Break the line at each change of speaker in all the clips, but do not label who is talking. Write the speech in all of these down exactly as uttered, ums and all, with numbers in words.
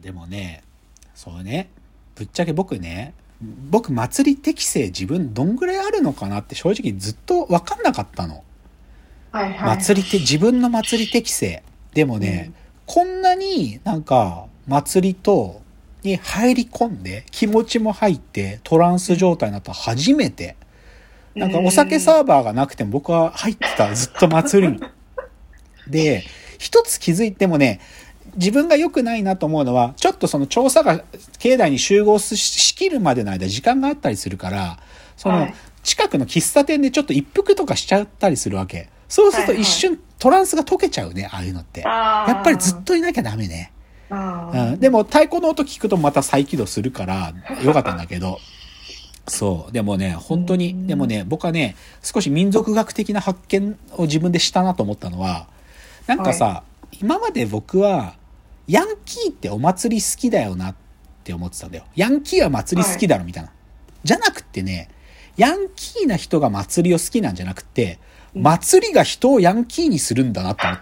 でもね、そうね、ぶっちゃけ僕ね、僕祭り適性自分どんぐらいあるのかなって正直ずっと分かんなかったの。
はいはい、
祭りって自分の祭り適性。でもね、うん、こんなになんか祭りとに入り込んで気持ちも入ってトランス状態になった初めて。なんかお酒サーバーがなくても僕は入ってた、ずっと祭りに。で、一つ気づいてもね、自分が良くないなと思うのは、ちょっとその調査が境内に集合しきるまでの間時間があったりするから、その近くの喫茶店でちょっと一服とかしちゃったりするわけ。そうすると一瞬トランスが解けちゃうね、ああいうのって。やっぱりずっといなきゃダメね。うん、でも太鼓の音聞くとまた再起動するからよかったんだけど。そう。でもね、本当に、でもね、僕はね、少し民族学的な発見を自分でしたなと思ったのは、なんかさ、はい、今まで僕は、ヤンキーってお祭り好きだよなって思ってたんだよ。ヤンキーは祭り好きだろみたいな。はい、じゃなくってね、ヤンキーな人が祭りを好きなんじゃなくて、祭りが人をヤンキーにするんだなって思った。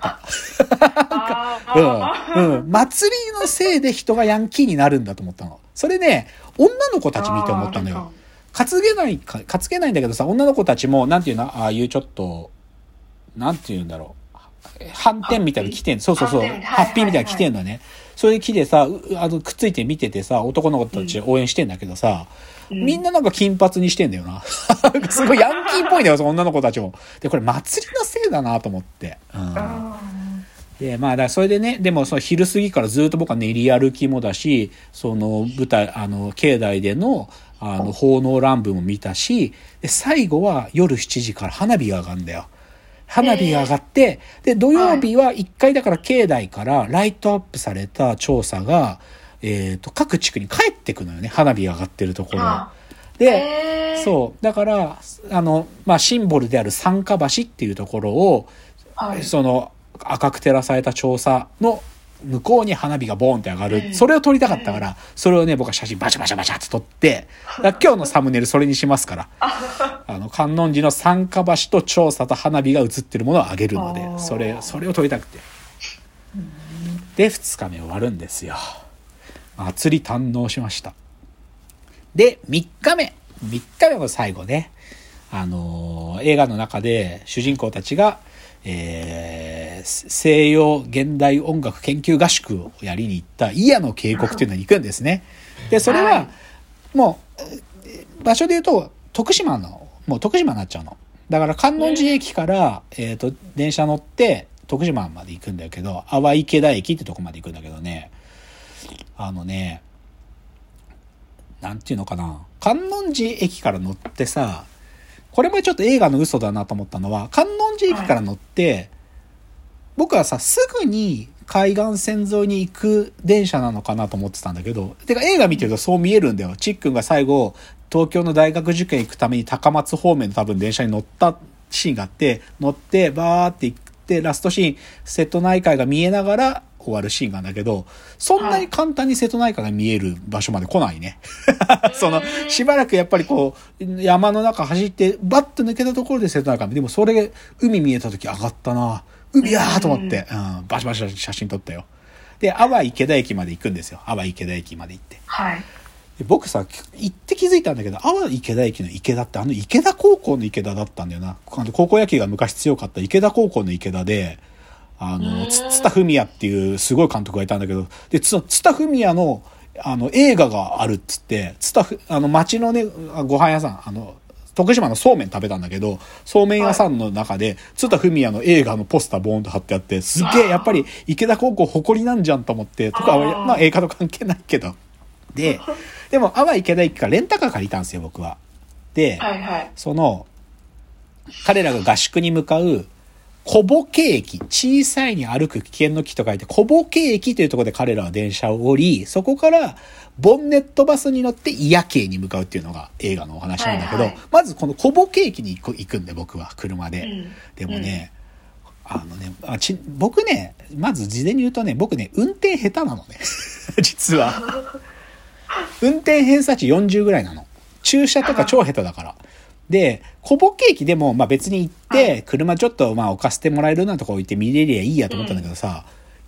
うん、うん。祭りのせいで人がヤンキーになるんだと思ったの。それね、女の子たち見て思ったのよ。担げないか、担げないんだけどさ、女の子たちも、なんていうの、ああいうちょっと、なんていうんだろう。反転みたいなの着てん、そうそうそう、ハッピーみたいなの着てんのね。それで着てさ、あの、くっついて見ててさ、男の子たち応援してんだけどさ、うん、みんななんか金髪にしてんだよな。すごいヤンキーっぽいんだよ、その女の子たちも。で、これ祭りのせいだなと思って。うん。で、まあ、だからそれでね、でもその昼過ぎからずっと僕は練り歩きもだし、その舞台、あの、境内での、あの、奉納乱舞も見たし、で、最後は夜しちじから花火が上がるんだよ。花火が上がって、で、土曜日はいっかいだから境内からライトアップされた調査が、えっと、各地区に帰ってくのよね。花火が上がってるところ。で、そう。だから、あの、まあ、シンボルである三ヶ橋っていうところを、その、赤く照らされた調査の向こうに花火がボーンって上がる。それを撮りたかったから、それをね、僕は写真バシャバシャバシャって撮って、今日のサムネイルそれにしますから。あの、観音寺の三ヶ橋と調査と花火が映ってるものをあげるので、それ、それを撮りたくて。で、二日目終わるんですよ。祭り堪能しました。で、三日目。三日目の最後ね。あのー、映画の中で主人公たちが、えー、西洋現代音楽研究合宿をやりに行った祖谷の渓谷っていうのに行くんですね。で、それは、もう、場所で言うと、徳島の、もう徳島になっちゃうの。だから観音寺駅から、えっと、電車乗って、徳島まで行くんだけど、淡池田駅ってとこまで行くんだけどね、あのね、なんていうのかな、観音寺駅から乗ってさ、これもちょっと映画の嘘だなと思ったのは、観音寺駅から乗って、はい、僕はさ、すぐに海岸線沿いに行く電車なのかなと思ってたんだけど、てか映画見てるとそう見えるんだよ。ちっくんが最後、東京の大学受験行くために高松方面の多分電車に乗ったシーンがあって、乗ってバーって行って、ラストシーン、瀬戸内海が見えながら終わるシーンがあるんだけど、そんなに簡単に瀬戸内海が見える場所まで来ないね。その、しばらくやっぱりこう、山の中走って、バッと抜けたところで瀬戸内海。でもそれ、海見えた時上がったな。海やーと思って、うん、バシバシ写真撮ったよ。で、淡池田駅まで行くんですよ。淡池田駅まで行って。
はい。
で僕さ、行って気づいたんだけど、淡池田駅の池田ってあの池田高校の池田だったんだよな。高校野球が昔強かった池田高校の池田で、あの、つ田文也っていうすごい監督がいたんだけど、で、つ田文也の、あの、映画があるっつって、つたふ、あの、町のね、ご飯屋さん、あの、徳島のそうめん食べたんだけど、そうめん屋さんの中で、つ田文也の映画のポスターボーンと貼ってあって、すっげえ、やっぱり池田高校誇りなんじゃんと思って、とかは、まあ映画と関係ないけど。で、でも、淡池田駅からレンタカー借りたんですよ、僕は。で、
はいはい、
その、彼らが合宿に向かう、小ボケ駅、小さいに歩く危険の木と書いて、小ボケ駅というところで彼らは電車を降り、そこからボンネットバスに乗って祖谷渓に向かうっていうのが映画のお話なんだけど、はいはい、まずこの小ボケ駅に行く、行くんで僕は車で。うん、でもね、うん、あのねあち、僕ね、まず事前に言うとね、僕ね、運転下手なのね。実は。運転偏差値よんじゅうぐらいなの。駐車とか超下手だから。で、小ボケ駅でも、まあ別に行って、車ちょっとまあ置かせてもらえるようなとこ置いて見れりゃいいやと思ったんだけどさ、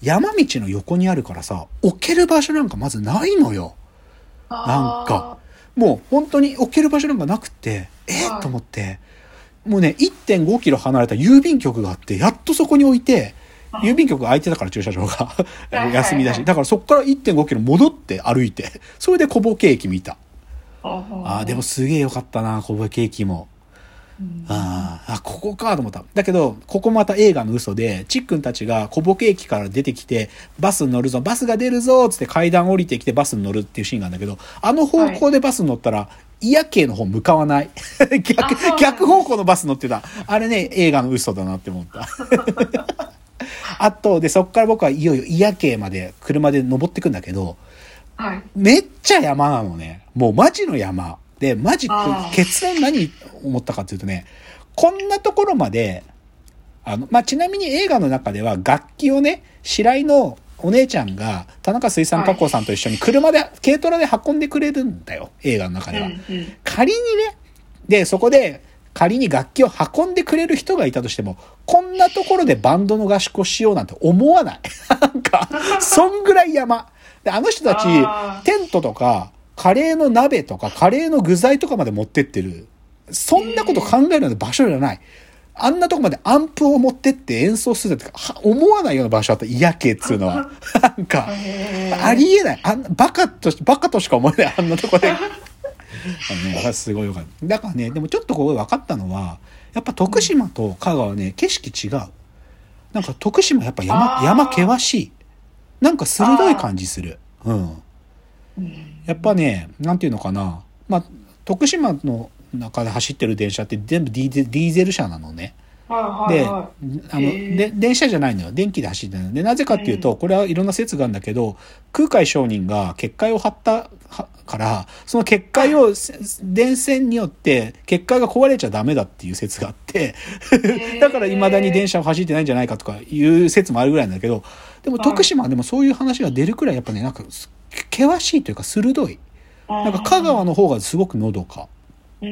山道の横にあるからさ、置ける場所なんかまずないのよ。なんか、もう本当に置ける場所なんかなくて、えー、と思って、もうね、いってんごキロ離れた郵便局があって、やっとそこに置いて、郵便局が空いてたから駐車場が休みだし、だからそこから いってんごキロ戻って歩いて、それで小ボケ駅見た。ああ、でもすげえよかったな、小ボケ駅も。ああ、ここかと思った。だけど、ここまた映画の嘘で、ちっくんたちが小ボケ駅から出てきて、バスに乗るぞ、バスが出るぞつって階段降りてきてバスに乗るっていうシーンがあるんだけど、あの方向でバスに乗ったら、イヤ系の方向かわない。逆、逆方向のバス乗ってた。あれね、映画の嘘だなって思った。あと、で、そっから僕はいよいよイヤ系まで車で登ってくんだけど、はい、めっちゃ山なのね。もうマジの山。で、マジ、結論何思ったかっていうとね、こんなところまで、あの、まあ、ちなみに映画の中では楽器をね、白井のお姉ちゃんが田中水産加工さんと一緒に車で、軽トラで運んでくれるんだよ、映画の中では。うんうん、仮にね、で、そこで仮に楽器を運んでくれる人がいたとしても、こんなところでバンドの合宿をしようなんて思わない。なんか、そんぐらい山。で、あの人たち、テントとか、カレーの鍋とか、カレーの具材とかまで持ってってる。そんなこと考えるような場所じゃない。あんなとこまでアンプを持ってって演奏するってか、思わないような場所だった。嫌気っつうのは。なんか、ありえない。あんバカとし、バカとしか思えない。あんなとこで。あのね、すごいよかった。だからね、でもちょっとここで分かったのは、やっぱ徳島と香川はね、景色違う。なんか徳島やっぱ山、山険しい。なんか鋭い感じする。うん。やっぱね、なんていうのかな。まあ、徳島の中で走ってる電車って全部ディーゼ、ディーゼル車なのね。で、あの、で、電車じゃないのよ。電気で走ってるの。で、なぜかっていうと、これはいろんな説があるんだけど、空海上人が結界を張ったから、その結界を、電線によって結界が壊れちゃダメだっていう説があって、だから未だに電車を走ってないんじゃないかとかいう説もあるぐらいなんだけど、でも徳島はでもそういう話が出るくらいやっぱね、なんか、険しいというか鋭い。なんか香川の方がすごくのどか。うん。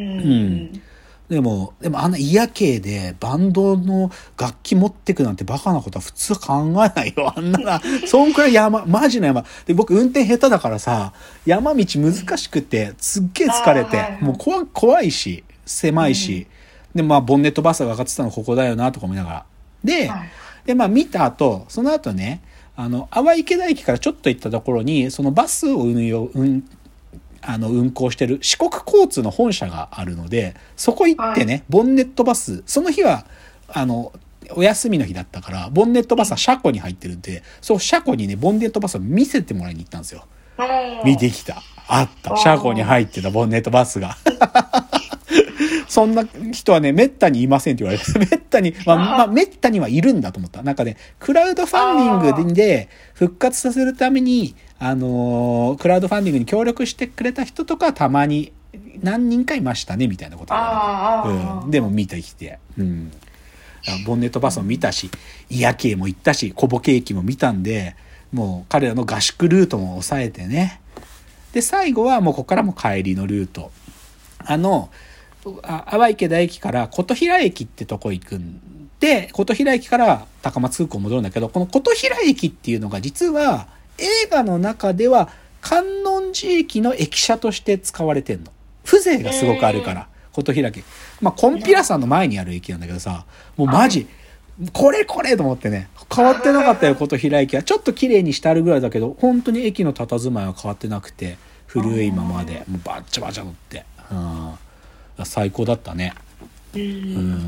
でも、でもあんな嫌系でバンドの楽器持ってくなんてバカなことは普通考えないよ。あんなな、そんくらい山、マジの山。で、僕運転下手だからさ、山道難しくて、すっげえ疲れて、もう怖、怖いし、狭いし。で、まあ、ボンネットバスが上がってたのここだよな、とか思いながら。で、で、まあ見た後、その後ね、あの、淡池田駅からちょっと行ったところに、そのバスを運用、運、あの、運行してる四国交通の本社があるので、そこ行ってね、はい、ボンネットバス、その日は、あの、お休みの日だったから、ボンネットバスは車庫に入ってるんで、そう車庫にね、ボンネットバスを見せてもらいに行ったんですよ。見てきた。あった。車庫に入ってたボンネットバスが。そんな人はね、めったにいませんって言われて、めったに、まあ、まあ、めったにはいるんだと思った。なんかね、クラウドファンディングで復活させるために、あのー、クラウドファンディングに協力してくれた人とかたまに何人かいましたね、みたいなこと言われて。うん。でも見てきて。うん。ボンネットバスも見たし、イヤ系も行ったし、小ボケ駅も見たんで、もう彼らの合宿ルートも抑えてね。で、最後はもうここからも帰りのルート。あの、淡池田駅から琴平駅ってとこ行くんで、琴平駅から高松空港戻るんだけど、この琴平駅っていうのが実は映画の中では観音寺駅の駅舎として使われてんの。風情がすごくあるから、琴平駅。まあ、コンピラさんの前にある駅なんだけどさ、もうマジ、これこれと思ってね、変わってなかったよ、琴平駅は。ちょっと綺麗にしてあるぐらいだけど、本当に駅の佇まいは変わってなくて、古いままで、もうバッチャバチャ乗って。うん最高だったね。うん、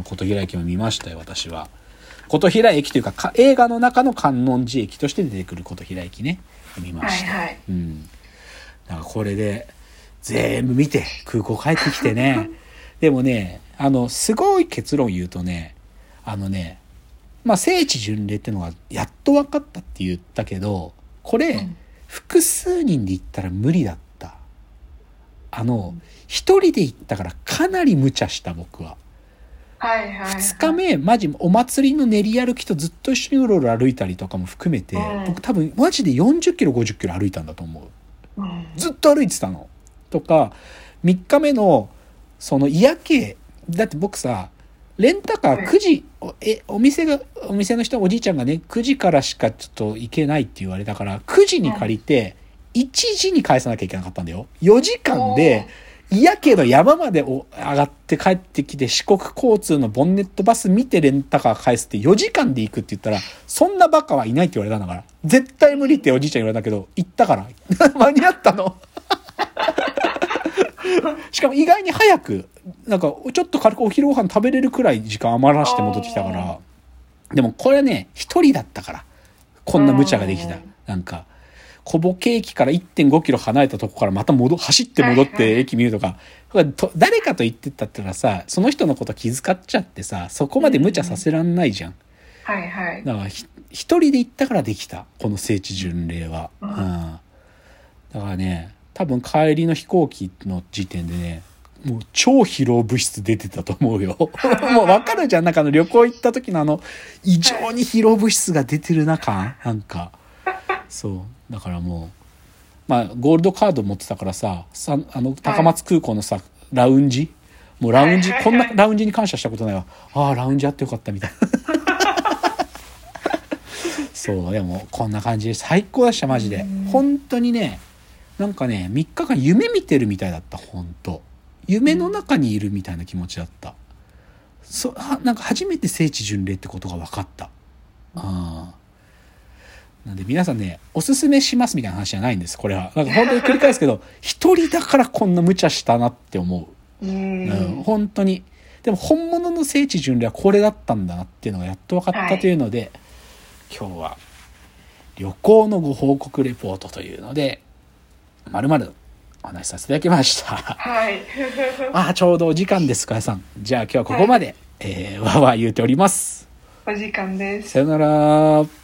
琴平駅も見ましたよ、私は。琴平駅というか、か映画の中の観音寺駅として出てくる琴平駅ね、見ました。はいはい、うん。だからこれで、全部見て、空港帰ってきてね。でもね、あの、すごい結論言うとね、あのね、まあ、聖地巡礼ってのがやっと分かったって言ったけど、これ、うん、複数人で行ったら無理だった。あの、一人で行ったからかなり無茶した僕は。はいはいはい、二日目、マジお祭りの練り歩きとずっと一緒にうろうろ歩いたりとかも含めて、うん、僕多分マジでよんじゅっキロごじゅっキロ歩いたんだと思う。うん、ずっと歩いてたの。とか、三日目のその嫌気、だって僕さ、 レンタカーくじ、え、お店が、お店の人、おじいちゃんがね、くじからしかちょっと行けないって言われたから、くじに借りて、いちじに返さなきゃいけなかったんだよ。よじかんで、いやけど山まで上がって帰ってきて四国交通のボンネットバス見てレンタカー返すってよじかんで行くって言ったら、そんなバカはいないって言われたんだから。絶対無理っておじいちゃん言われたけど、行ったから。間に合ったの。しかも意外に早く、なんかちょっと軽くお昼ご飯食べれるくらい時間余らして戻ってきたから。でもこれね、一人だったから。こんな無茶ができた。なんか。小ボケ駅から いってんごキロ離れたとこからまた戻走って戻って駅見るとか、はいはい、誰かと言ってたったらさ、その人のこと気遣っちゃってさ、そこまで無茶させらんないじゃん。
うん、はいはい。
だから一人で行ったからできた、この聖地巡礼は。うん。うん、だからね、多分帰りの飛行機の時点でね、もう超疲労物質出てたと思うよ。もうわかるじゃん、なんかの旅行行った時のあの異常に疲労物質が出てる中、なんかそうだからもうまあゴールドカード持ってたからさ、さあの高松空港のさ、はい、ラウンジもうラウンジ、はい、こんなラウンジに感謝したことないわ。ああラウンジあってよかったみたいな。そうでもこんな感じで最高でしたマジで。本当にね、なんかねみっかかん夢見てるみたいだった。本当夢の中にいるみたいな気持ちだった。そなんか初めて聖地巡礼ってことが分かった。あなんで皆さんね、おすすめしますみたいな話じゃないんです。これはなんか本当に繰り返すけど、一人だからこんな無茶したなって思う。うん、うん、本当に。でも本物の聖地巡礼はこれだったんだなっていうのがやっと分かったというので、はい、今日は旅行のご報告レポートというのでまるまるお話しさせていただきました。
はい。
あ、ちょうどお時間ですかやさん。じゃあ今日はここまで、はい、えー、わわ言うております。
お時間です。
さよなら。